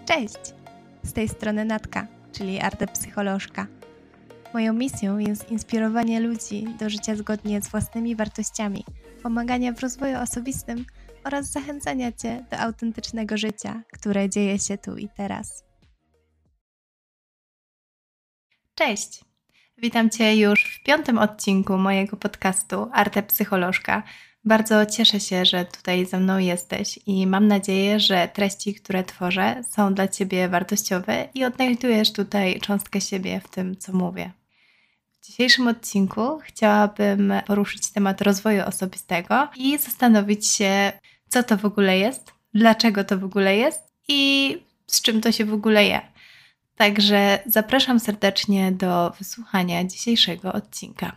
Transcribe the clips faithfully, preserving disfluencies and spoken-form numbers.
Cześć! Z tej strony Natka, czyli artepsycholożka. Moją misją jest inspirowanie ludzi do życia zgodnie z własnymi wartościami, pomagania w rozwoju osobistym oraz zachęcania Cię do autentycznego życia, które dzieje się tu i teraz. Cześć! Witam Cię już w piątym odcinku mojego podcastu Artepsycholożka. Bardzo cieszę się, że tutaj ze mną jesteś i mam nadzieję, że treści, które tworzę, są dla Ciebie wartościowe i odnajdujesz tutaj cząstkę siebie w tym, co mówię. W dzisiejszym odcinku chciałabym poruszyć temat rozwoju osobistego i zastanowić się, co to w ogóle jest, dlaczego to w ogóle jest i z czym to się w ogóle je. Także zapraszam serdecznie do wysłuchania dzisiejszego odcinka.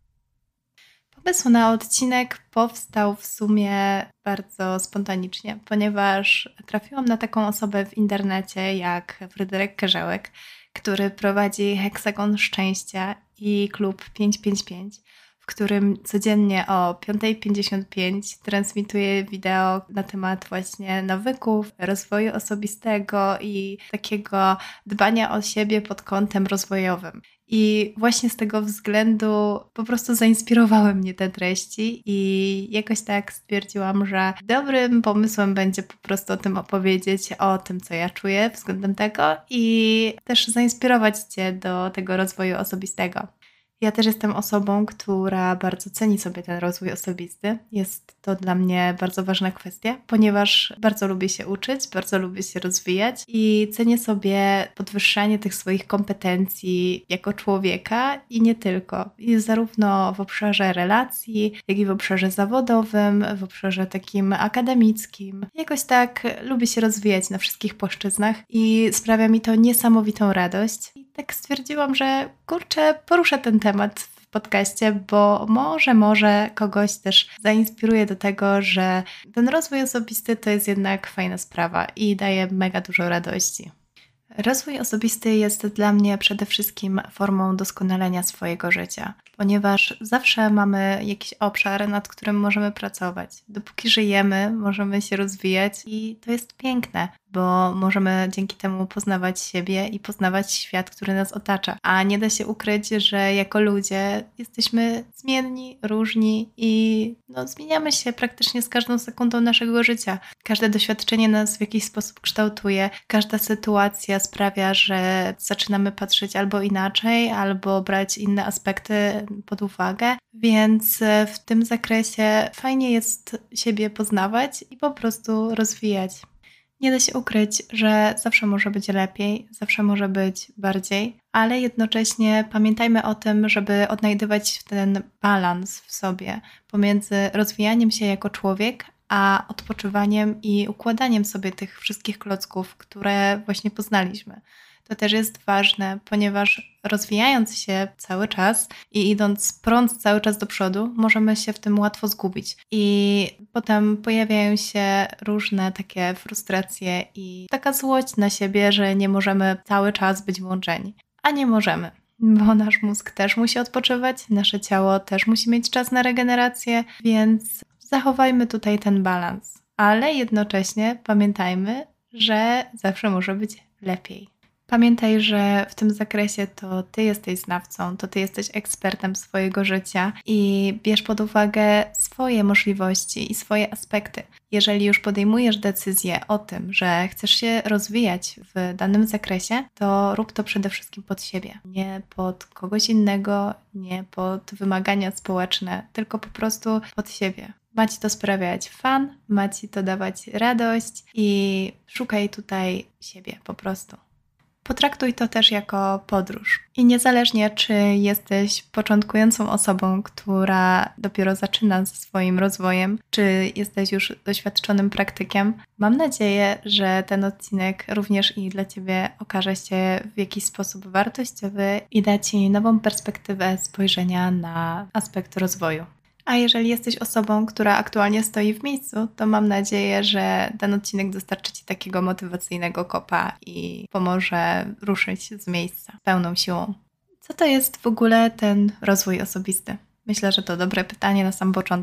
Pomysł na odcinek powstał w sumie bardzo spontanicznie, ponieważ trafiłam na taką osobę w internecie jak Fryderyk Karzełek, który prowadzi Heksagon Szczęścia i klub pięć pięć pięć, w którym codziennie o piąta pięćdziesiąt pięć transmituje wideo na temat właśnie nawyków, rozwoju osobistego i takiego dbania o siebie pod kątem rozwojowym. I właśnie z tego względu po prostu zainspirowały mnie te treści i jakoś tak stwierdziłam, że dobrym pomysłem będzie po prostu o tym opowiedzieć, o tym, co ja czuję względem tego i też zainspirować Cię do tego rozwoju osobistego. Ja też jestem osobą, która bardzo ceni sobie ten rozwój osobisty. Jest to dla mnie bardzo ważna kwestia, ponieważ bardzo lubię się uczyć, bardzo lubię się rozwijać i cenię sobie podwyższanie tych swoich kompetencji jako człowieka i nie tylko. I zarówno w obszarze relacji, jak i w obszarze zawodowym, w obszarze takim akademickim. Jakoś tak lubię się rozwijać na wszystkich płaszczyznach i sprawia mi to niesamowitą radość. I tak stwierdziłam, że kurczę, poruszę ten temat w podcaście, bo może, może kogoś też zainspiruje do tego, że ten rozwój osobisty to jest jednak fajna sprawa i daje mega dużo radości. Rozwój osobisty jest dla mnie przede wszystkim formą doskonalenia swojego życia, ponieważ zawsze mamy jakiś obszar, nad którym możemy pracować. Dopóki żyjemy, możemy się rozwijać i to jest piękne, bo możemy dzięki temu poznawać siebie i poznawać świat, który nas otacza. A nie da się ukryć, że jako ludzie jesteśmy zmienni, różni i no, zmieniamy się praktycznie z każdą sekundą naszego życia. Każde doświadczenie nas w jakiś sposób kształtuje, każda sytuacja sprawia, że zaczynamy patrzeć albo inaczej, albo brać inne aspekty pod uwagę, więc w tym zakresie fajnie jest siebie poznawać i po prostu rozwijać. Nie da się ukryć, że zawsze może być lepiej, zawsze może być bardziej, ale jednocześnie pamiętajmy o tym, żeby odnajdywać ten balans w sobie pomiędzy rozwijaniem się jako człowiek, a odpoczywaniem i układaniem sobie tych wszystkich klocków, które właśnie poznaliśmy. To też jest ważne, ponieważ rozwijając się cały czas i idąc prąd cały czas do przodu, możemy się w tym łatwo zgubić. I potem pojawiają się różne takie frustracje i taka złość na siebie, że nie możemy cały czas być włączeni. A nie możemy, bo nasz mózg też musi odpoczywać, nasze ciało też musi mieć czas na regenerację, więc zachowajmy tutaj ten balans. Ale jednocześnie pamiętajmy, że zawsze może być lepiej. Pamiętaj, że w tym zakresie to Ty jesteś znawcą, to Ty jesteś ekspertem swojego życia i bierz pod uwagę swoje możliwości i swoje aspekty. Jeżeli już podejmujesz decyzję o tym, że chcesz się rozwijać w danym zakresie, to rób to przede wszystkim pod siebie. Nie pod kogoś innego, nie pod wymagania społeczne, tylko po prostu pod siebie. Ma Ci to sprawiać fan, ma Ci to dawać radość i szukaj tutaj siebie po prostu. Potraktuj to też jako podróż. I niezależnie, czy jesteś początkującą osobą, która dopiero zaczyna ze swoim rozwojem, czy jesteś już doświadczonym praktykiem, mam nadzieję, że ten odcinek również i dla Ciebie okaże się w jakiś sposób wartościowy i da Ci nową perspektywę spojrzenia na aspekt rozwoju. A jeżeli jesteś osobą, która aktualnie stoi w miejscu, to mam nadzieję, że ten odcinek dostarczy Ci takiego motywacyjnego kopa i pomoże ruszyć z miejsca pełną siłą. Co to jest w ogóle ten rozwój osobisty? Myślę, że to dobre pytanie na sam początek.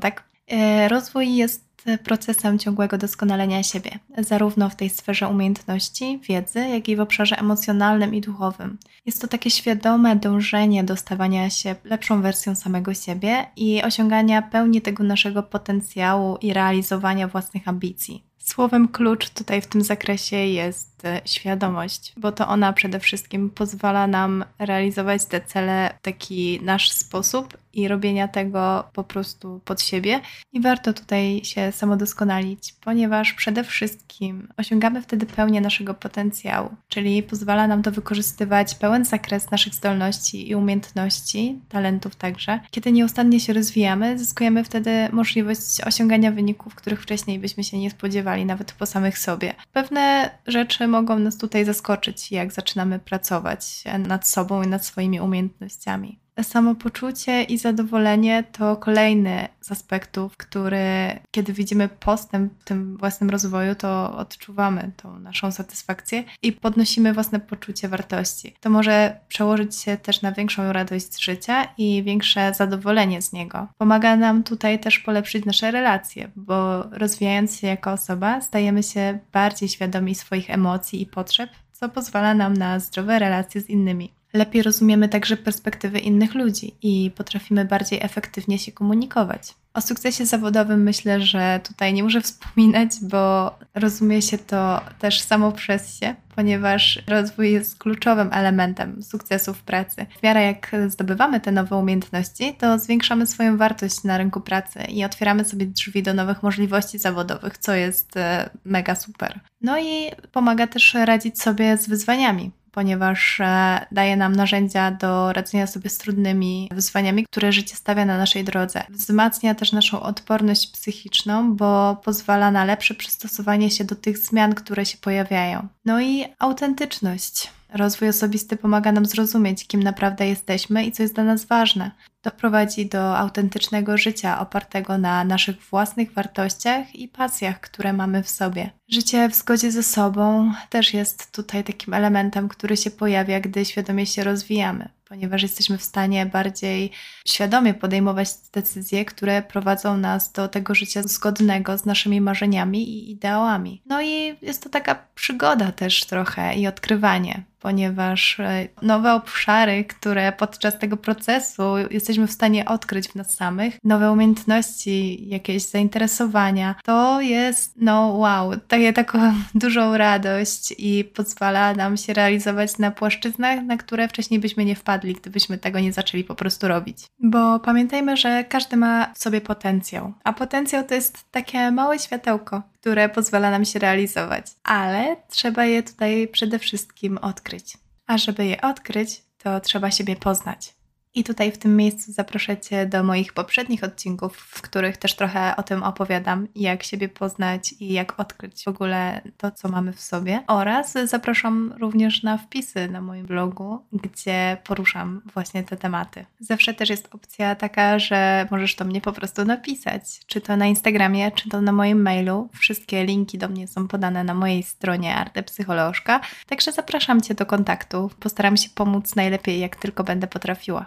E, Rozwój jest procesem ciągłego doskonalenia siebie, zarówno w tej sferze umiejętności, wiedzy, jak i w obszarze emocjonalnym i duchowym. Jest to takie świadome dążenie do stawania się lepszą wersją samego siebie i osiągania pełni tego naszego potencjału i realizowania własnych ambicji. Słowem klucz tutaj w tym zakresie jest e, świadomość, bo to ona przede wszystkim pozwala nam realizować te cele w taki nasz sposób i robienia tego po prostu pod siebie. I warto tutaj się samodoskonalić, ponieważ przede wszystkim osiągamy wtedy pełnię naszego potencjału, czyli pozwala nam to wykorzystywać pełen zakres naszych zdolności i umiejętności, talentów także. Kiedy nieustannie się rozwijamy, zyskujemy wtedy możliwość osiągania wyników, których wcześniej byśmy się nie spodziewali, nawet po samych sobie. Pewne rzeczy mogą nas tutaj zaskoczyć, jak zaczynamy pracować nad sobą i nad swoimi umiejętnościami. Samopoczucie i zadowolenie to kolejny z aspektów, który, kiedy widzimy postęp w tym własnym rozwoju, to odczuwamy tą naszą satysfakcję i podnosimy własne poczucie wartości. To może przełożyć się też na większą radość z życia i większe zadowolenie z niego. Pomaga nam tutaj też polepszyć nasze relacje, bo rozwijając się jako osoba, stajemy się bardziej świadomi swoich emocji i potrzeb, co pozwala nam na zdrowe relacje z innymi. Lepiej rozumiemy także perspektywy innych ludzi i potrafimy bardziej efektywnie się komunikować. O sukcesie zawodowym myślę, że tutaj nie muszę wspominać, bo rozumie się to też samo przez się, ponieważ rozwój jest kluczowym elementem sukcesu w pracy. W miarę jak zdobywamy te nowe umiejętności, to zwiększamy swoją wartość na rynku pracy i otwieramy sobie drzwi do nowych możliwości zawodowych, co jest e, mega super. No i pomaga też radzić sobie z wyzwaniami, ponieważ daje nam narzędzia do radzenia sobie z trudnymi wyzwaniami, które życie stawia na naszej drodze. Wzmacnia też naszą odporność psychiczną, bo pozwala na lepsze przystosowanie się do tych zmian, które się pojawiają. No i autentyczność. Rozwój osobisty pomaga nam zrozumieć, kim naprawdę jesteśmy i co jest dla nas ważne. To prowadzi do autentycznego życia opartego na naszych własnych wartościach i pasjach, które mamy w sobie. Życie w zgodzie ze sobą też jest tutaj takim elementem, który się pojawia, gdy świadomie się rozwijamy, ponieważ jesteśmy w stanie bardziej świadomie podejmować decyzje, które prowadzą nas do tego życia zgodnego z naszymi marzeniami i ideałami. No i jest to taka przygoda też trochę i odkrywanie, ponieważ nowe obszary, które podczas tego procesu jesteśmy w stanie odkryć w nas samych, nowe umiejętności, jakieś zainteresowania, to jest no wow, daje taką dużą radość i pozwala nam się realizować na płaszczyznach, na które wcześniej byśmy nie wpadli, gdybyśmy tego nie zaczęli po prostu robić. Bo pamiętajmy, że każdy ma w sobie potencjał, a potencjał to jest takie małe światełko, które pozwala nam się realizować, ale trzeba je tutaj przede wszystkim odkryć. A żeby je odkryć, to trzeba siebie poznać. I tutaj w tym miejscu zaproszę Cię do moich poprzednich odcinków, w których też trochę o tym opowiadam, jak siebie poznać i jak odkryć w ogóle to, co mamy w sobie. Oraz zapraszam również na wpisy na moim blogu, gdzie poruszam właśnie te tematy. Zawsze też jest opcja taka, że możesz do mnie po prostu napisać, czy to na Instagramie, czy to na moim mailu. Wszystkie linki do mnie są podane na mojej stronie Artepsycholożka, także zapraszam Cię do kontaktu. Postaram się pomóc najlepiej, jak tylko będę potrafiła.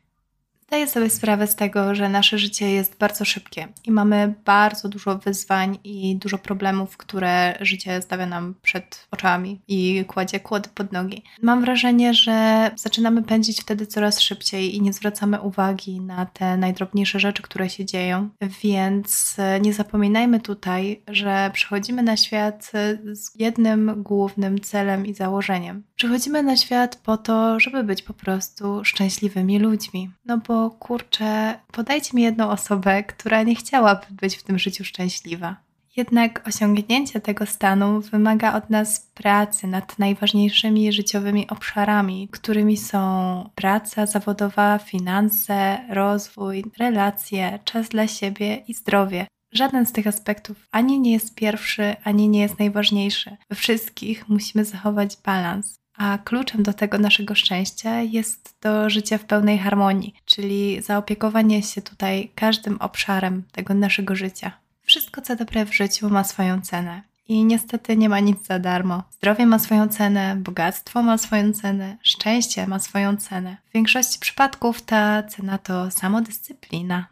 Zdaję sobie sprawę z tego, że nasze życie jest bardzo szybkie i mamy bardzo dużo wyzwań i dużo problemów, które życie stawia nam przed oczami i kładzie kłody pod nogi. Mam wrażenie, że zaczynamy pędzić wtedy coraz szybciej i nie zwracamy uwagi na te najdrobniejsze rzeczy, które się dzieją, więc nie zapominajmy tutaj, że przychodzimy na świat z jednym głównym celem i założeniem. Przychodzimy na świat po to, żeby być po prostu szczęśliwymi ludźmi. No bo kurczę, podajcie mi jedną osobę, która nie chciałaby być w tym życiu szczęśliwa. Jednak osiągnięcie tego stanu wymaga od nas pracy nad najważniejszymi życiowymi obszarami, którymi są praca zawodowa, finanse, rozwój, relacje, czas dla siebie i zdrowie. Żaden z tych aspektów ani nie jest pierwszy, ani nie jest najważniejszy. We wszystkich musimy zachować balans. A kluczem do tego naszego szczęścia jest to życie w pełnej harmonii, czyli zaopiekowanie się tutaj każdym obszarem tego naszego życia. Wszystko, co dobre w życiu, ma swoją cenę. I niestety nie ma nic za darmo. Zdrowie ma swoją cenę, bogactwo ma swoją cenę, szczęście ma swoją cenę. W większości przypadków ta cena to samodyscyplina.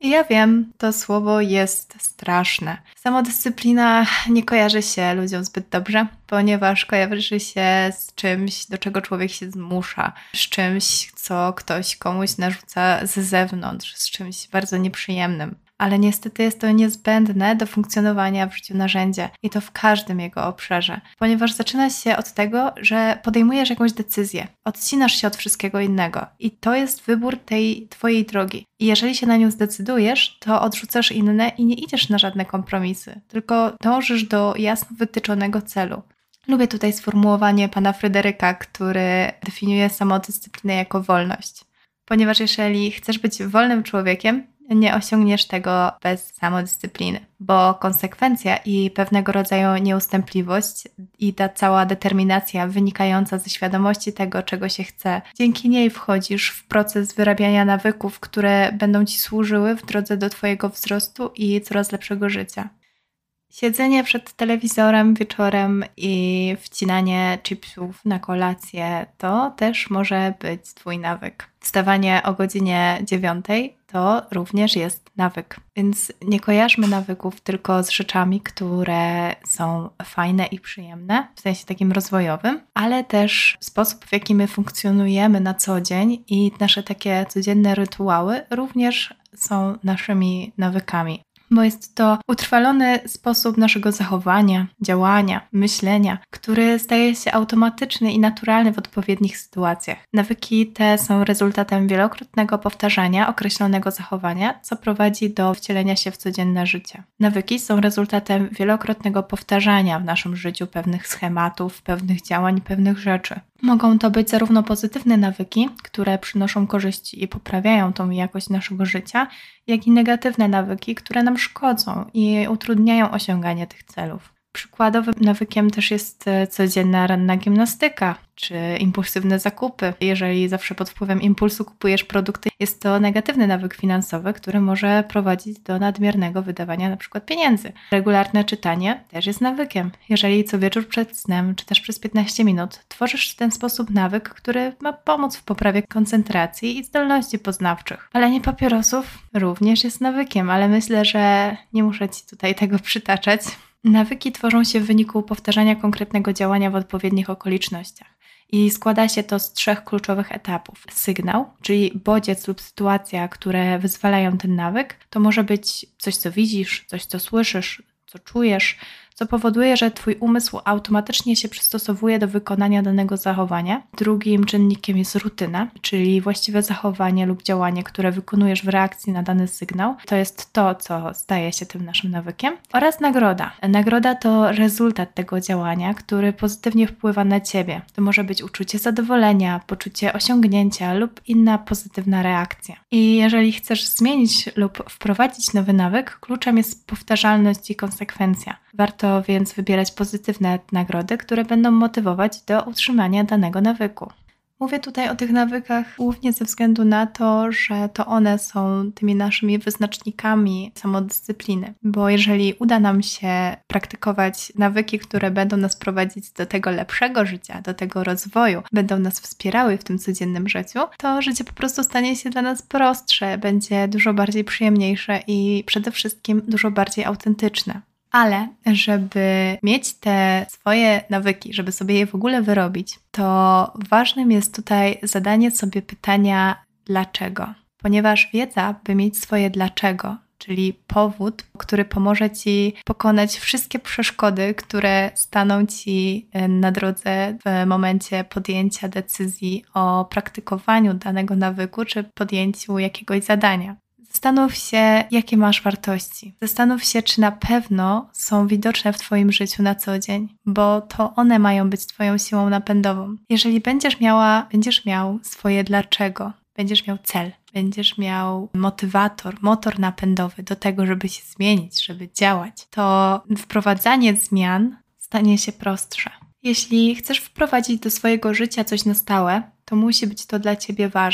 I ja wiem, to słowo jest straszne. Samodyscyplina nie kojarzy się ludziom zbyt dobrze, ponieważ kojarzy się z czymś, do czego człowiek się zmusza, z czymś, co ktoś komuś narzuca z zewnątrz, z czymś bardzo nieprzyjemnym. Ale niestety jest to niezbędne do funkcjonowania w życiu narzędzie i to w każdym jego obszarze, ponieważ zaczyna się od tego, że podejmujesz jakąś decyzję, odcinasz się od wszystkiego innego i to jest wybór tej twojej drogi. I jeżeli się na nią zdecydujesz, to odrzucasz inne i nie idziesz na żadne kompromisy, tylko dążysz do jasno wytyczonego celu. Lubię tutaj sformułowanie pana Fryderyka, który definiuje samodyscyplinę jako wolność, ponieważ jeżeli chcesz być wolnym człowiekiem, nie osiągniesz tego bez samodyscypliny, bo konsekwencja i pewnego rodzaju nieustępliwość i ta cała determinacja wynikająca ze świadomości tego, czego się chce, dzięki niej wchodzisz w proces wyrabiania nawyków, które będą Ci służyły w drodze do Twojego wzrostu i coraz lepszego życia. Siedzenie przed telewizorem wieczorem i wcinanie chipsów na kolację to też może być Twój nawyk. Wstawanie o godzinie dziewiątej to również jest nawyk. Więc nie kojarzmy nawyków tylko z rzeczami, które są fajne i przyjemne, w sensie takim rozwojowym, ale też sposób, w jaki my funkcjonujemy na co dzień i nasze takie codzienne rytuały również są naszymi nawykami. Bo jest to utrwalony sposób naszego zachowania, działania, myślenia, który staje się automatyczny i naturalny w odpowiednich sytuacjach. Nawyki te są rezultatem wielokrotnego powtarzania określonego zachowania, co prowadzi do wcielenia się w codzienne życie. Nawyki są rezultatem wielokrotnego powtarzania w naszym życiu pewnych schematów, pewnych działań, pewnych rzeczy. Mogą to być zarówno pozytywne nawyki, które przynoszą korzyści i poprawiają tą jakość naszego życia, jak i negatywne nawyki, które nam szkodzą i utrudniają osiąganie tych celów. Przykładowym nawykiem też jest codzienna ranna gimnastyka czy impulsywne zakupy. Jeżeli zawsze pod wpływem impulsu kupujesz produkty, jest to negatywny nawyk finansowy, który może prowadzić do nadmiernego wydawania na przykład pieniędzy. Regularne czytanie też jest nawykiem. Jeżeli co wieczór przed snem, czy też przez piętnaście minut, tworzysz w ten sposób nawyk, który ma pomóc w poprawie koncentracji i zdolności poznawczych. Palenie papierosów również jest nawykiem, ale myślę, że nie muszę Ci tutaj tego przytaczać. Nawyki tworzą się w wyniku powtarzania konkretnego działania w odpowiednich okolicznościach i składa się to z trzech kluczowych etapów. Sygnał, czyli bodziec lub sytuacja, które wyzwalają ten nawyk, to może być coś, co widzisz, coś, co słyszysz, co czujesz, co powoduje, że Twój umysł automatycznie się przystosowuje do wykonania danego zachowania. Drugim czynnikiem jest rutyna, czyli właściwe zachowanie lub działanie, które wykonujesz w reakcji na dany sygnał. To jest to, co staje się tym naszym nawykiem. Oraz nagroda. Nagroda to rezultat tego działania, który pozytywnie wpływa na Ciebie. To może być uczucie zadowolenia, poczucie osiągnięcia lub inna pozytywna reakcja. I jeżeli chcesz zmienić lub wprowadzić nowy nawyk, kluczem jest powtarzalność i konsekwencja. Warto więc wybierać pozytywne nagrody, które będą motywować do utrzymania danego nawyku. Mówię tutaj o tych nawykach głównie ze względu na to, że to one są tymi naszymi wyznacznikami samodyscypliny. Bo jeżeli uda nam się praktykować nawyki, które będą nas prowadzić do tego lepszego życia, do tego rozwoju, będą nas wspierały w tym codziennym życiu, to życie po prostu stanie się dla nas prostsze, będzie dużo bardziej przyjemniejsze i przede wszystkim dużo bardziej autentyczne. Ale żeby mieć te swoje nawyki, żeby sobie je w ogóle wyrobić, to ważnym jest tutaj zadanie sobie pytania dlaczego. Ponieważ wiedza, by mieć swoje dlaczego, czyli powód, który pomoże Ci pokonać wszystkie przeszkody, które staną Ci na drodze w momencie podjęcia decyzji o praktykowaniu danego nawyku czy podjęciu jakiegoś zadania. Zastanów się, jakie masz wartości. Zastanów się, czy na pewno są widoczne w Twoim życiu na co dzień, bo to one mają być Twoją siłą napędową. Jeżeli będziesz miała, będziesz miał swoje dlaczego, będziesz miał cel, będziesz miał motywator, motor napędowy do tego, żeby się zmienić, żeby działać, to wprowadzanie zmian stanie się prostsze. Jeśli chcesz wprowadzić do swojego życia coś na stałe, to musi być to dla Ciebie ważne.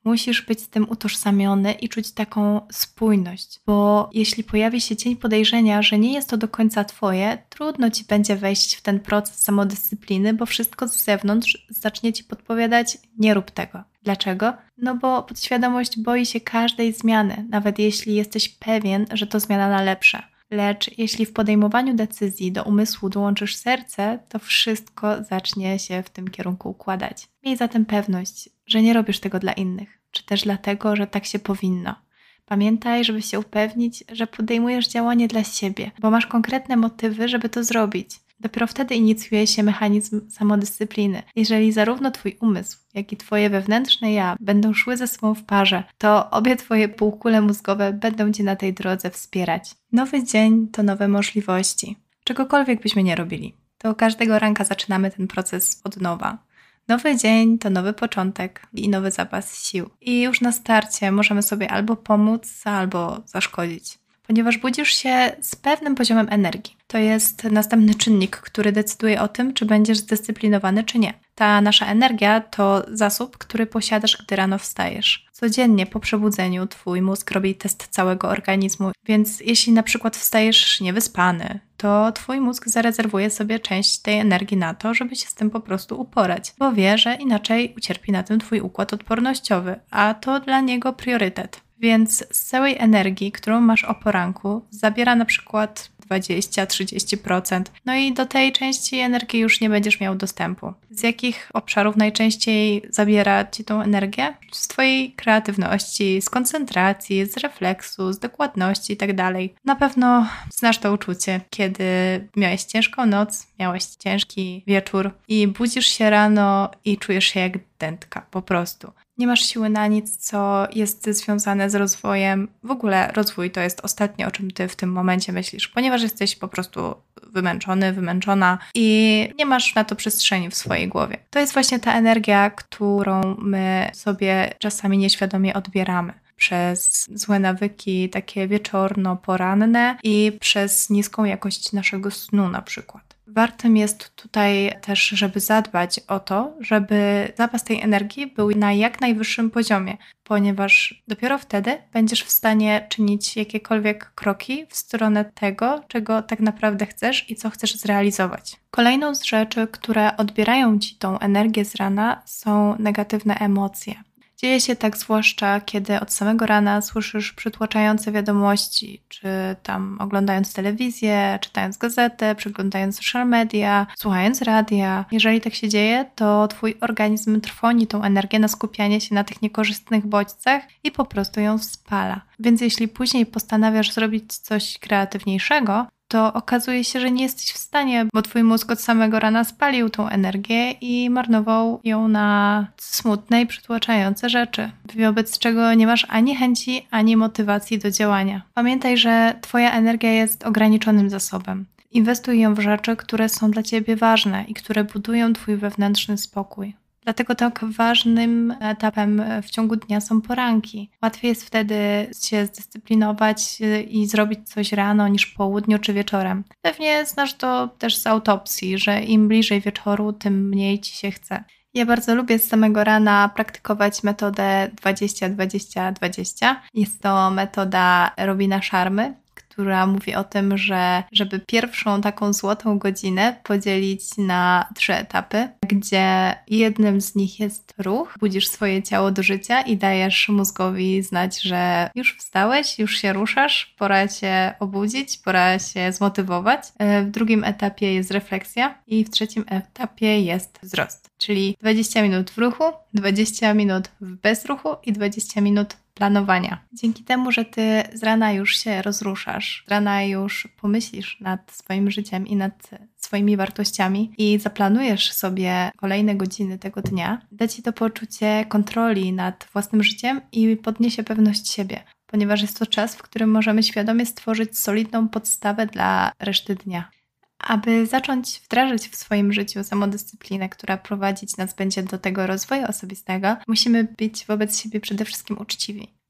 Musisz być z tym utożsamiony i czuć taką spójność, bo jeśli pojawi się cień podejrzenia, że nie jest to do końca twoje, trudno ci będzie wejść w ten proces samodyscypliny, bo wszystko z zewnątrz zacznie ci podpowiadać: nie rób tego. Dlaczego? No bo podświadomość boi się każdej zmiany, nawet jeśli jesteś pewien, że to zmiana na lepsze. Lecz jeśli w podejmowaniu decyzji do umysłu dołączysz serce, to wszystko zacznie się w tym kierunku układać. Miej zatem pewność, że nie robisz tego dla innych, czy też dlatego, że tak się powinno. Pamiętaj, żeby się upewnić, że podejmujesz działanie dla siebie, bo masz konkretne motywy, żeby to zrobić. Dopiero wtedy inicjuje się mechanizm samodyscypliny. Jeżeli zarówno twój umysł, jak i twoje wewnętrzne ja będą szły ze sobą w parze, to obie twoje półkule mózgowe będą cię na tej drodze wspierać. Nowy dzień to nowe możliwości. Czegokolwiek byśmy nie robili, to każdego ranka zaczynamy ten proces od nowa. Nowy dzień to nowy początek i nowy zapas sił. I już na starcie możemy sobie albo pomóc, albo zaszkodzić. Ponieważ budzisz się z pewnym poziomem energii. To jest następny czynnik, który decyduje o tym, czy będziesz zdyscyplinowany, czy nie. Ta nasza energia to zasób, który posiadasz, gdy rano wstajesz. Codziennie po przebudzeniu twój mózg robi test całego organizmu, więc jeśli na przykład wstajesz niewyspany, to twój mózg zarezerwuje sobie część tej energii na to, żeby się z tym po prostu uporać, bo wie, że inaczej ucierpi na tym twój układ odpornościowy, a to dla niego priorytet. Więc z całej energii, którą masz o poranku, zabiera na przykład dwadzieścia do trzydziestu procent. No i do tej części energii już nie będziesz miał dostępu. Z jakich obszarów najczęściej zabiera ci tą energię? Z twojej kreatywności, z koncentracji, z refleksu, z dokładności i tak dalej. Na pewno znasz to uczucie, kiedy miałeś ciężką noc, miałeś ciężki wieczór i budzisz się rano i czujesz się jak dętka, po prostu. Nie masz siły na nic, co jest związane z rozwojem. W ogóle rozwój to jest ostatnie, o czym ty w tym momencie myślisz, ponieważ jesteś po prostu wymęczony, wymęczona i nie masz na to przestrzeni w swojej głowie. To jest właśnie ta energia, którą my sobie czasami nieświadomie odbieramy. Przez złe nawyki, takie wieczorno-poranne i przez niską jakość naszego snu na przykład. Wartym jest tutaj też, żeby zadbać o to, żeby zapas tej energii był na jak najwyższym poziomie, ponieważ dopiero wtedy będziesz w stanie czynić jakiekolwiek kroki w stronę tego, czego tak naprawdę chcesz i co chcesz zrealizować. Kolejną z rzeczy, które odbierają ci tą energię z rana, są negatywne emocje. Dzieje się tak zwłaszcza, kiedy od samego rana słyszysz przytłaczające wiadomości, czy tam oglądając telewizję, czytając gazetę, przeglądając social media, słuchając radia. Jeżeli tak się dzieje, to twój organizm trwoni tą energię na skupianie się na tych niekorzystnych bodźcach i po prostu ją spala. Więc jeśli później postanawiasz zrobić coś kreatywniejszego, to okazuje się, że nie jesteś w stanie, bo twój mózg od samego rana spalił tą energię i marnował ją na smutne i przytłaczające rzeczy, wobec czego nie masz ani chęci, ani motywacji do działania. Pamiętaj, że twoja energia jest ograniczonym zasobem. Inwestuj ją w rzeczy, które są dla ciebie ważne i które budują twój wewnętrzny spokój. Dlatego tak ważnym etapem w ciągu dnia są poranki. Łatwiej jest wtedy się zdyscyplinować i zrobić coś rano niż po południu czy wieczorem. Pewnie znasz to też z autopsji, że im bliżej wieczoru, tym mniej ci się chce. Ja bardzo lubię z samego rana praktykować metodę dwadzieścia dwadzieścia dwadzieścia. Jest to metoda Robina Sharmy, która mówi o tym, że żeby pierwszą taką złotą godzinę podzielić na trzy etapy, gdzie jednym z nich jest ruch, budzisz swoje ciało do życia i dajesz mózgowi znać, że już wstałeś, już się ruszasz, pora się obudzić, pora się zmotywować. W drugim etapie jest refleksja i w trzecim etapie jest wzrost, czyli dwadzieścia minut w ruchu, dwadzieścia minut w bezruchu i dwadzieścia minut planowania. Dzięki temu, że ty z rana już się rozruszasz, z rana już pomyślisz nad swoim życiem i nad swoimi wartościami i zaplanujesz sobie kolejne godziny tego dnia, da ci to poczucie kontroli nad własnym życiem i podniesie pewność siebie, ponieważ jest to czas, w którym możemy świadomie stworzyć solidną podstawę dla reszty dnia. Aby zacząć wdrażać w swoim życiu samodyscyplinę, która prowadzić nas będzie do tego rozwoju osobistego, musimy być wobec siebie przede wszystkim uczciwi.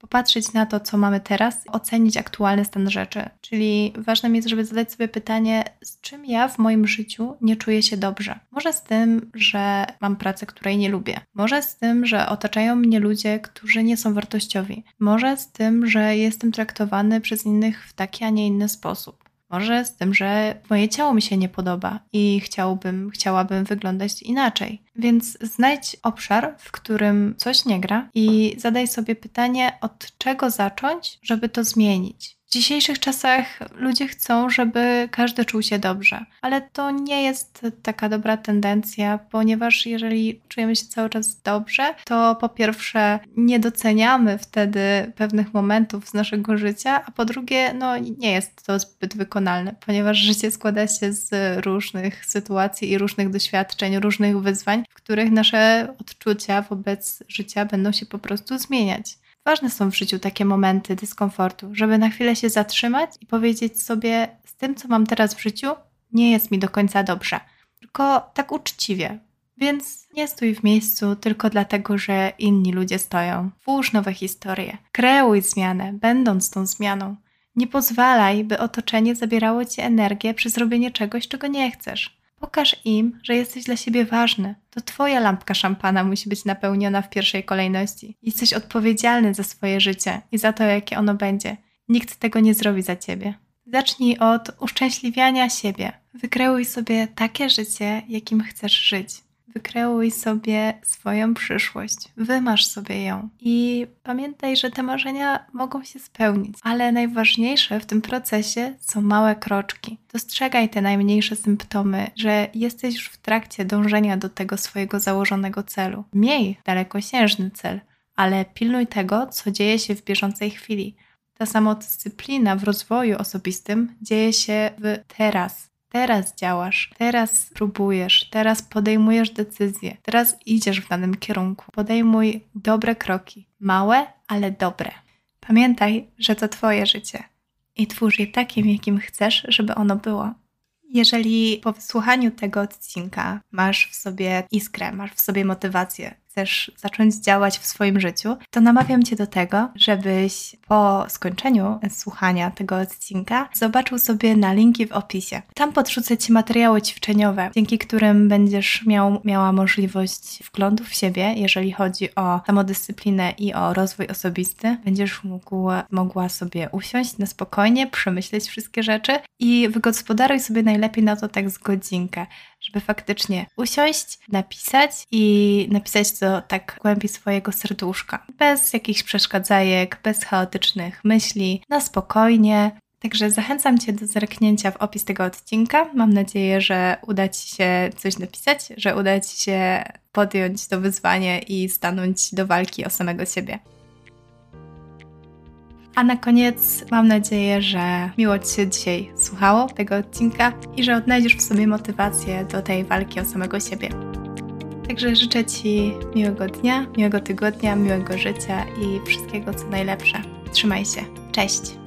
popatrzeć na to, co mamy teraz, ocenić aktualny stan rzeczy. Czyli ważne jest, żeby zadać sobie pytanie, z czym ja w moim życiu nie czuję się dobrze. Może z tym, że mam pracę, której nie lubię. Może z tym, że otaczają mnie ludzie, którzy nie są wartościowi. Może z tym, że jestem traktowany przez innych w taki, a nie inny sposób. Może z tym, że moje ciało mi się nie podoba i chciałbym, chciałabym wyglądać inaczej. Więc znajdź obszar, w którym coś nie gra i zadaj sobie pytanie, od czego zacząć, żeby to zmienić. W dzisiejszych czasach ludzie chcą, żeby każdy czuł się dobrze, ale to nie jest taka dobra tendencja, ponieważ jeżeli czujemy się cały czas dobrze, to po pierwsze nie doceniamy wtedy pewnych momentów z naszego życia, a po drugie no nie jest to zbyt wykonalne, ponieważ życie składa się z różnych sytuacji i różnych doświadczeń, różnych wyzwań, w których nasze odczucia wobec życia będą się po prostu zmieniać. Ważne są w życiu takie momenty dyskomfortu, żeby na chwilę się zatrzymać i powiedzieć sobie, z tym, co mam teraz w życiu, nie jest mi do końca dobrze. Tylko tak uczciwie. Więc nie stój w miejscu tylko dlatego, że inni ludzie stoją. Twórz nowe historie. Kreuj zmianę, będąc tą zmianą. Nie pozwalaj, by otoczenie zabierało ci energię przy zrobienie czegoś, czego nie chcesz. Pokaż im, że jesteś dla siebie ważny. To twoja lampka szampana musi być napełniona w pierwszej kolejności. Jesteś odpowiedzialny za swoje życie i za to, jakie ono będzie. Nikt tego nie zrobi za ciebie. Zacznij od uszczęśliwiania siebie. Wykreuj sobie takie życie, jakim chcesz żyć. Wykreuj sobie swoją przyszłość. Wymarz sobie ją. I pamiętaj, że te marzenia mogą się spełnić. Ale najważniejsze w tym procesie są małe kroczki. Dostrzegaj te najmniejsze symptomy, że jesteś już w trakcie dążenia do tego swojego założonego celu. Miej dalekosiężny cel, ale pilnuj tego, co dzieje się w bieżącej chwili. Ta samodyscyplina w rozwoju osobistym dzieje się w teraz. Teraz działasz, teraz próbujesz, teraz podejmujesz decyzje, teraz idziesz w danym kierunku. Podejmuj dobre kroki, małe, ale dobre. Pamiętaj, że to twoje życie i twórz je takim, jakim chcesz, żeby ono było. Jeżeli po wysłuchaniu tego odcinka masz w sobie iskrę, masz w sobie motywację, chcesz zacząć działać w swoim życiu, to namawiam Cię do tego, żebyś po skończeniu słuchania tego odcinka zobaczył sobie na linki w opisie. Tam podrzucę Ci materiały ćwiczeniowe, dzięki którym będziesz miał, miała możliwość wglądu w siebie, jeżeli chodzi o samodyscyplinę i o rozwój osobisty. Będziesz mógł, mogła sobie usiąść na spokojnie, przemyśleć wszystkie rzeczy i wygospodaruj sobie najlepiej na to tak z godzinkę, żeby faktycznie usiąść, napisać i napisać to tak głębi swojego serduszka. Bez jakichś przeszkadzajek, bez chaotycznych myśli, na spokojnie. Także zachęcam Cię do zerknięcia w opis tego odcinka. Mam nadzieję, że uda Ci się coś napisać, że uda Ci się podjąć to wyzwanie i stanąć do walki o samego siebie. A na koniec mam nadzieję, że miło Ci się dzisiaj słuchało tego odcinka i że odnajdziesz w sobie motywację do tej walki o samego siebie. Także życzę Ci miłego dnia, miłego tygodnia, miłego życia i wszystkiego co najlepsze. Trzymaj się. Cześć!